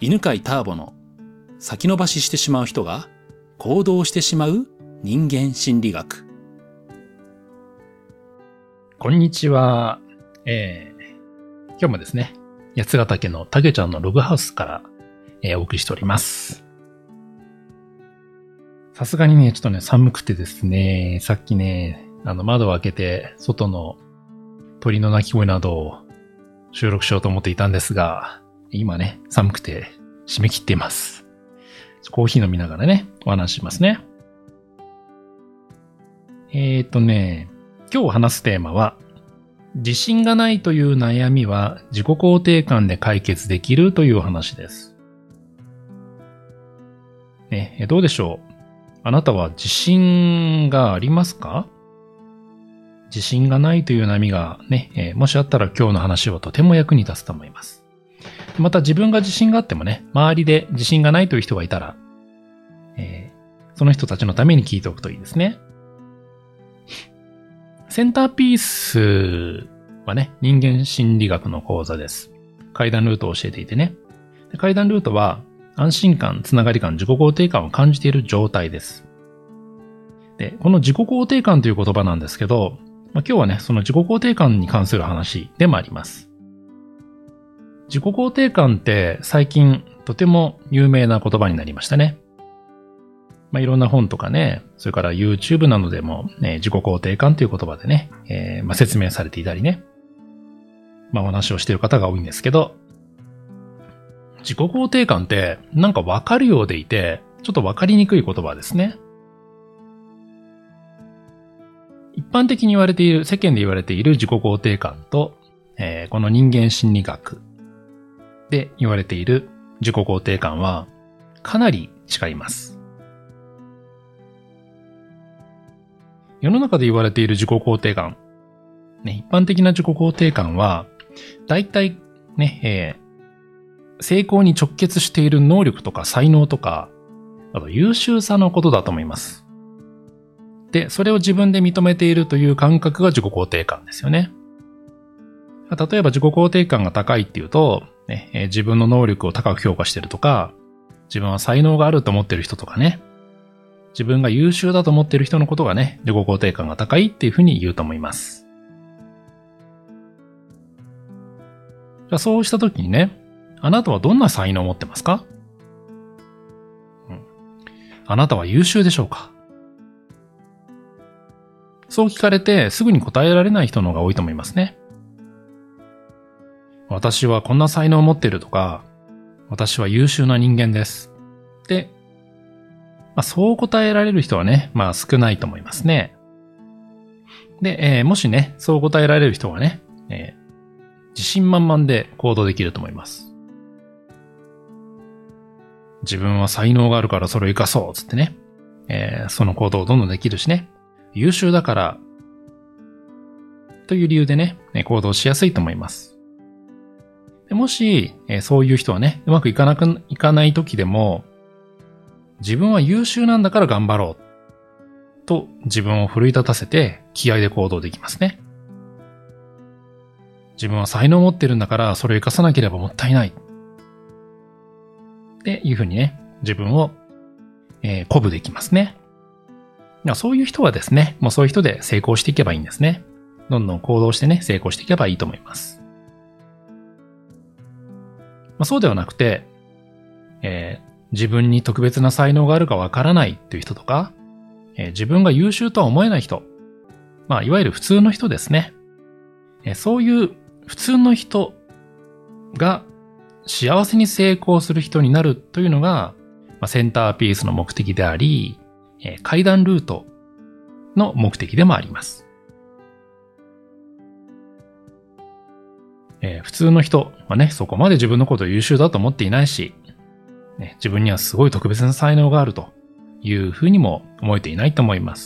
犬飼ターボの先延ばししてしまう人が行動してしまう人間心理学。 こんにちは。今日もですね、八ヶ岳のたけちゃんのログハウスから、お送りしております。さすがにね、ちょっとね、寒くてですね、さっきね、窓を開けて、外の鳥の鳴き声などを収録しようと思っていたんですが、今ね、寒くて締め切っています。コーヒー飲みながらね、お話ししますね。今日話すテーマは、自信がないという悩みは自己肯定感で解決できるというお話です。ね、どうでしょう？あなたは自信がありますか？自信がないという悩みがね、もしあったら今日の話はとても役に立つと思います。また自分が自信があってもね、周りで自信がないという人がいたら、その人たちのために聞いておくといいですね。センターピースはね、人間心理学の講座です。階段ルートを教えていてね。階段ルートは安心感、つながり感、自己肯定感を感じている状態です。で、この自己肯定感という言葉なんですけど、今日はね、その自己肯定感に関する話でもあります。自己肯定感って最近とても有名な言葉になりましたね。いろんな本とかね、それから YouTube などでも、ね、自己肯定感という言葉でね、説明されていたりね、お話をしている方が多いんですけど、自己肯定感ってなんかわかるようでいて、ちょっとわかりにくい言葉ですね。一般的に言われている、世間で言われている自己肯定感と、この人間心理学で言われている自己肯定感はかなり違います。世の中で言われている自己肯定感、一般的な自己肯定感は、だいたいね、成功に直結している能力とか才能とか、あと優秀さのことだと思います。で、それを自分で認めているという感覚が自己肯定感ですよね。例えば自己肯定感が高いっていうと、自分の能力を高く評価しているとか、自分は才能があると思っている人とかね、自分が優秀だと思っている人のことがね、自己肯定感が高いっていうふうに言うと思います。じゃあそうしたときにね、あなたはどんな才能を持ってますか？あなたは優秀でしょうか？そう聞かれてすぐに答えられない人の方が多いと思いますね。私はこんな才能を持っているとか、私は優秀な人間です。で、そう答えられる人はね、少ないと思いますね。で、もしね、そう答えられる人はね、自信満々で行動できると思います。自分は才能があるからそれを活かそう、つってね、その行動をどんどんできるしね、優秀だから、という理由でね、行動しやすいと思います。でもし、そういう人はね、うまくいかない時でも、自分は優秀なんだから頑張ろう、と自分を奮い立たせて気合で行動できますね。自分は才能を持ってるんだからそれを活かさなければもったいない。っていうふうにね、自分を、鼓舞できますね。そういう人はですね、もうそういう人で成功していけばいいんですね。どんどん行動してね、成功していけばいいと思います。そうではなくて、自分に特別な才能があるかわからないという人とか、自分が優秀とは思えない人、いわゆる普通の人ですね。そういう普通の人が幸せに成功する人になるというのが、センターピースの目的であり、階段ルートの目的でもあります。普通の人はね、そこまで自分のことを優秀だと思っていないし、自分にはすごい特別な才能があるというふうにも思えていないと思います。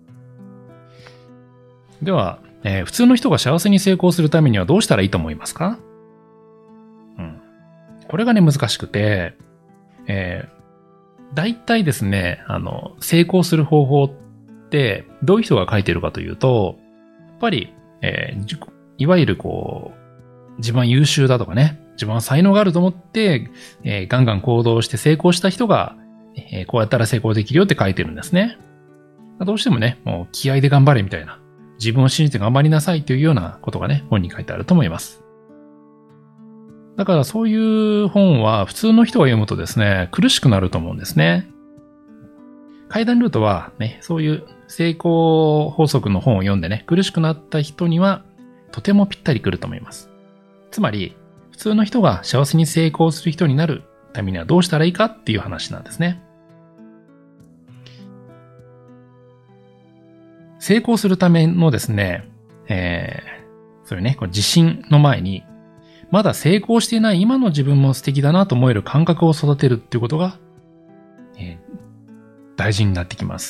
では、普通の人が幸せに成功するためにはどうしたらいいと思いますか？これがね、難しくて、大体ですね、成功する方法ってどういう人が書いているかというと、やっぱり、いわゆる自分は優秀だとかね、 自分は才能があると思って、ガンガン行動して成功した人が、こうやったら成功できるよって書いてるんですね。どうしてもね、もう気合で頑張れみたいな、自分を信じて頑張りなさいというようなことがね、本に書いてあると思います。だからそういう本は普通の人が読むとですね、苦しくなると思うんですね。階段ルートはね、そういう成功法則の本を読んでね、苦しくなった人にはとてもぴったりくると思います。つまり、普通の人が幸せに成功する人になるためにはどうしたらいいかっていう話なんですね。成功するためのですね、そういうね、この自信の前に、まだ成功していない今の自分も素敵だなと思える感覚を育てるっていうことが、大事になってきます。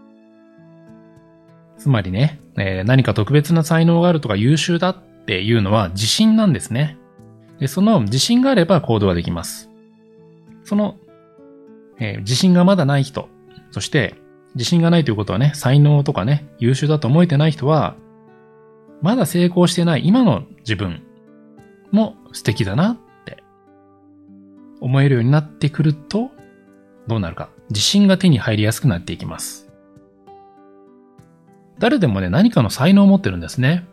つまりね、何か特別な才能があるとか優秀だっていうのは自信なんですね。で、その自信があれば行動ができます。その、自信がまだない人、そして自信がないということはね、才能とかね、優秀だと思えてない人は、まだ成功してない今の自分も素敵だなって思えるようになってくると、どうなるか。自信が手に入りやすくなっていきます。誰でもね、何かの才能を持ってるんですね。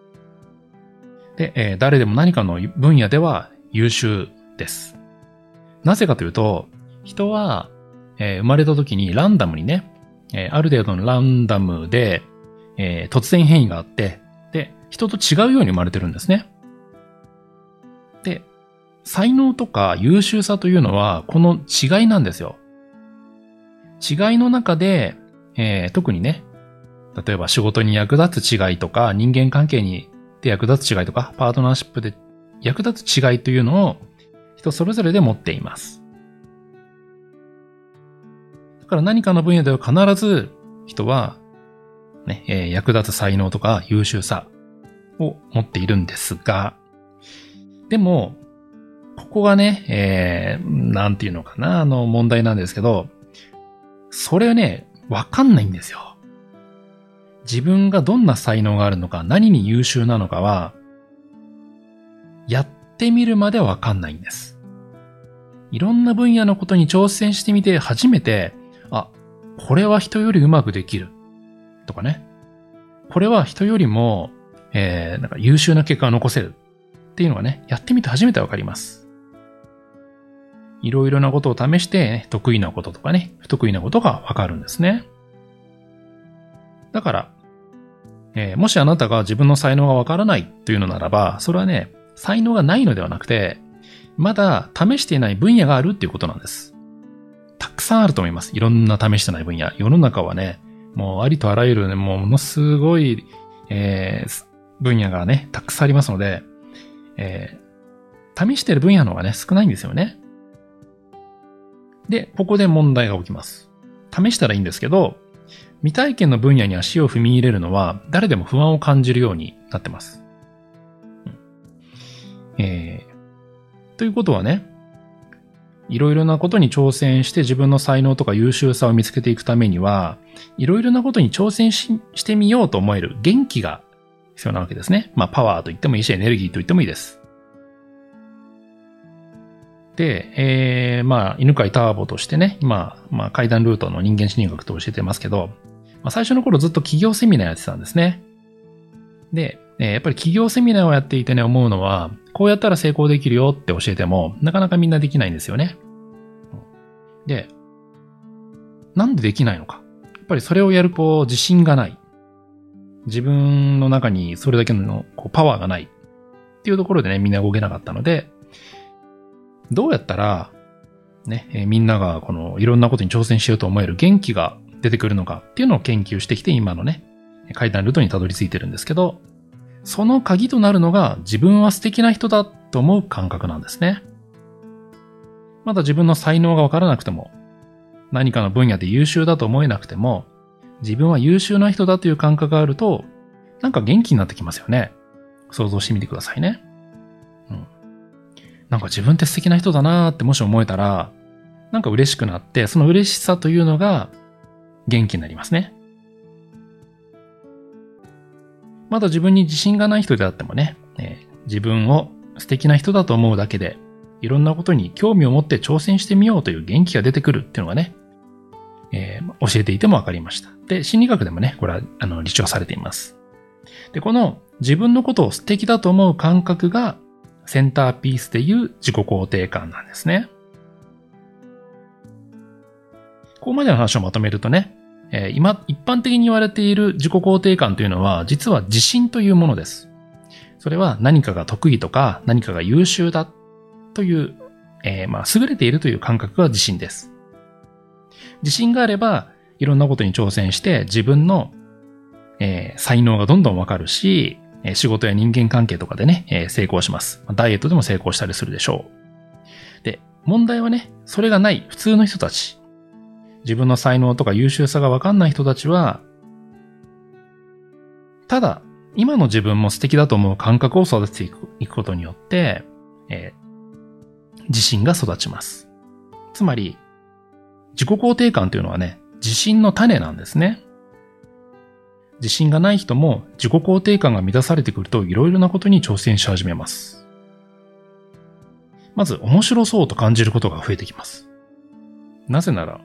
で、誰でも何かの分野では優秀です。なぜかというと、人は、生まれた時にランダムにね、ある程度のランダムで、突然変異があって、で、人と違うように生まれてるんですね。で、才能とか優秀さというのは、この違いなんですよ。違いの中で、特にね、例えば仕事に役立つ違いとか、人間関係にで役立つ違いとか、パートナーシップで役立つ違いというのを人それぞれで持っています。だから何かの分野では必ず人は、ね、役立つ才能とか優秀さを持っているんですが、でも、ここがね、なんていうのかな、問題なんですけど、それはね、わかんないんですよ。自分がどんな才能があるのか、何に優秀なのかは、やってみるまではわかんないんです。いろんな分野のことに挑戦してみて初めて、あ、これは人よりうまくできる。とかね。これは人よりも、なんか優秀な結果を残せる。っていうのがね、やってみて初めてわかります。いろいろなことを試して、得意なこととかね、不得意なことがわかるんですね。だから、もしあなたが自分の才能がわからないというのならば、それはね、才能がないのではなくて、まだ試していない分野があるっていうことなんです。たくさんあると思います。いろんな試してない分野。世の中はね、もうありとあらゆるね、ものすごい、分野がね、たくさんありますので、試している分野の方がね、少ないんですよね。で、ここで問題が起きます。試したらいいんですけど、未体験の分野に足を踏み入れるのは誰でも不安を感じるようになってます。ということはね、いろいろなことに挑戦して自分の才能とか優秀さを見つけていくためには、いろいろなことに挑戦してみようと思える元気が必要なわけですね。まあパワーと言ってもいいし、エネルギーと言ってもいいです。で、まあ、犬飼ターボとしてね、まあ、階段ルートの人間心理学と教えてますけど、まあ、最初の頃ずっと企業セミナーやってたんですね。で、やっぱり企業セミナーをやっていてね、思うのは、こうやったら成功できるよって教えても、なかなかみんなできないんですよね。で、なんでできないのか。やっぱりそれをやる自信がない。自分の中にそれだけのパワーがない。っていうところでね、みんな動けなかったので、どうやったら、ね、みんながいろんなことに挑戦しようと思える元気が出てくるのかっていうのを研究してきて今のね、階段ルートにたどり着いてるんですけど、その鍵となるのが自分は素敵な人だと思う感覚なんですね。まだ自分の才能がわからなくても、何かの分野で優秀だと思えなくても、自分は優秀な人だという感覚があると、なんか元気になってきますよね。想像してみてくださいね。なんか自分って素敵な人だなーってもし思えたら、なんか嬉しくなって、その嬉しさというのが元気になりますね。まだ自分に自信がない人であってもね、自分を素敵な人だと思うだけで、いろんなことに興味を持って挑戦してみようという元気が出てくるっていうのがね、教えていてもわかりました。で、心理学でもね、これは立証されています。で、この自分のことを素敵だと思う感覚がセンターピースでいう自己肯定感なんですね。ここまでの話をまとめるとね、今、一般的に言われている自己肯定感というのは、実は自信というものです。それは何かが得意とか、何かが優秀だという、優れているという感覚が自信です。自信があれば、いろんなことに挑戦して自分の、才能がどんどんわかるし、仕事や人間関係とかでね、成功します。ダイエットでも成功したりするでしょう。で、問題はね、それがない普通の人たち。自分の才能とか優秀さがわかんない人たちは、ただ、今の自分も素敵だと思う感覚を育てていくことによって、自信が育ちます。つまり、自己肯定感というのはね、自信の種なんですね。自信がない人も自己肯定感が満たされてくるといろいろなことに挑戦し始めます。まず面白そうと感じることが増えてきます。なぜなら、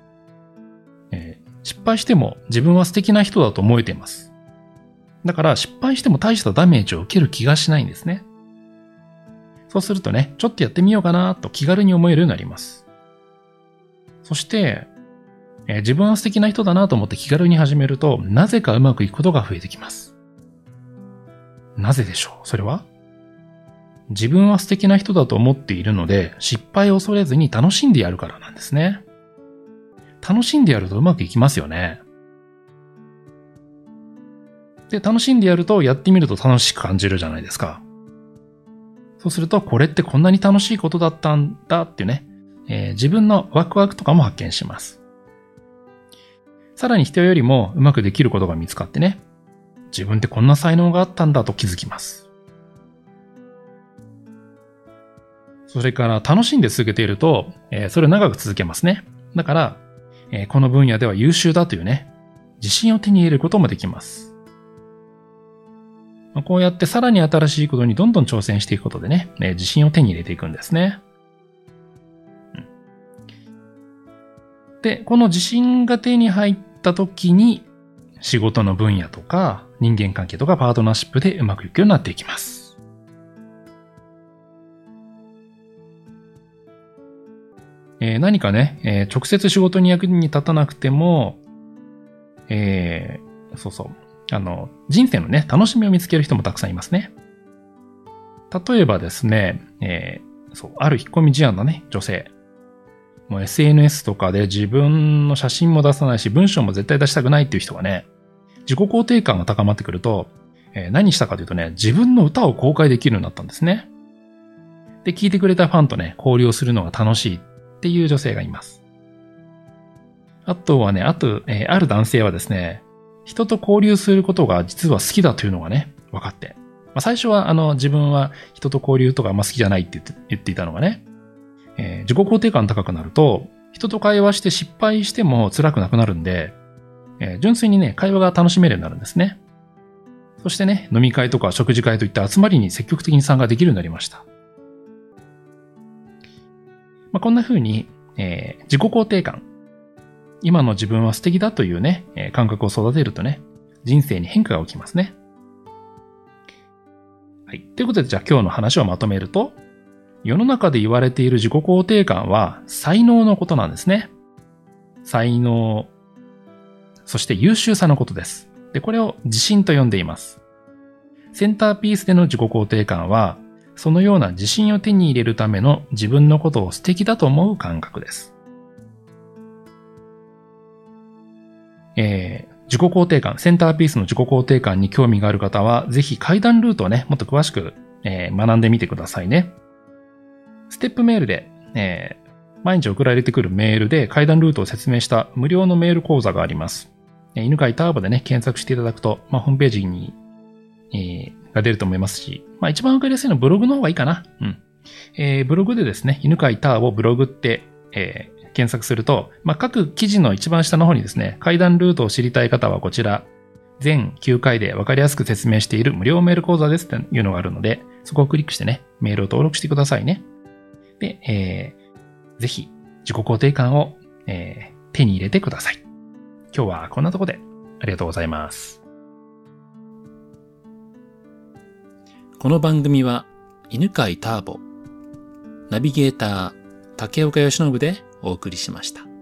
失敗しても自分は素敵な人だと思えています。だから失敗しても大したダメージを受ける気がしないんですね。そうするとね、ちょっとやってみようかなと気軽に思えるようになります。そして、自分は素敵な人だなと思って気軽に始めると、なぜかうまくいくことが増えてきます。なぜでしょう？それは自分は素敵な人だと思っているので、失敗を恐れずに楽しんでやるからなんですね。楽しんでやるとうまくいきますよね。で、楽しんでやるとやってみると楽しく感じるじゃないですか。そうすると、これってこんなに楽しいことだったんだっていうね、自分のワクワクとかも発見します。さらに人よりもうまくできることが見つかってね、自分ってこんな才能があったんだと気づきます。それから楽しんで続けていると、それを長く続けますね。だから、この分野では優秀だというね、自信を手に入れることもできます。こうやってさらに新しいことにどんどん挑戦していくことでね、自信を手に入れていくんですね。で、この自信が手に入った時に、仕事の分野とか人間関係とかパートナーシップでうまくいくようになっていきます。何かね、直接仕事に役に立たなくても、人生のね、楽しみを見つける人もたくさんいますね。例えばですね、ある引っ込み思案のね、女性。もう SNS とかで自分の写真も出さないし、文章も絶対出したくないっていう人がね、自己肯定感が高まってくると、何したかというとね、自分の歌を公開できるようになったんですね。で、聞いてくれたファンとね、交流をするのが楽しいっていう女性がいます。あとはね、ある男性はですね、人と交流することが実は好きだというのがね、分かって。最初は自分は人と交流とかあんま好きじゃないって言っていたのがね、自己肯定感高くなると、人と会話して失敗しても辛くなくなるんで、純粋にね、会話が楽しめるようになるんですね。そしてね、飲み会とか食事会といった集まりに積極的に参加できるようになりました。こんな風に、自己肯定感、今の自分は素敵だというね、感覚を育てるとね、人生に変化が起きますね。はい。ということで、じゃあ今日の話をまとめると、世の中で言われている自己肯定感は才能のことなんですね。才能、そして優秀さのことです。で、これを自信と呼んでいます。センターピースでの自己肯定感は、そのような自信を手に入れるための自分のことを素敵だと思う感覚です。自己肯定感、センターピースの自己肯定感に興味がある方は、ぜひ階段ルートをね、もっと詳しく、学んでみてくださいね。ステップメールで、毎日送られてくるメールで階段ルートを説明した無料のメール講座があります。犬飼ターボでね、検索していただくと、ホームページに、が出ると思いますし、一番わかりやすいのはブログの方がいいかな。ブログでですね、犬飼ターボブログって、検索すると、各記事の一番下の方にですね、階段ルートを知りたい方はこちら、 全9回で分かりやすく説明している無料メール講座ですっていうのがあるので、そこをクリックしてね、メールを登録してくださいね。で、ぜひ自己肯定感を、手に入れてください。今日はこんなとこでありがとうございます。 この番組は犬飼ターボ、ナビゲーター竹岡由伸でお送りしました。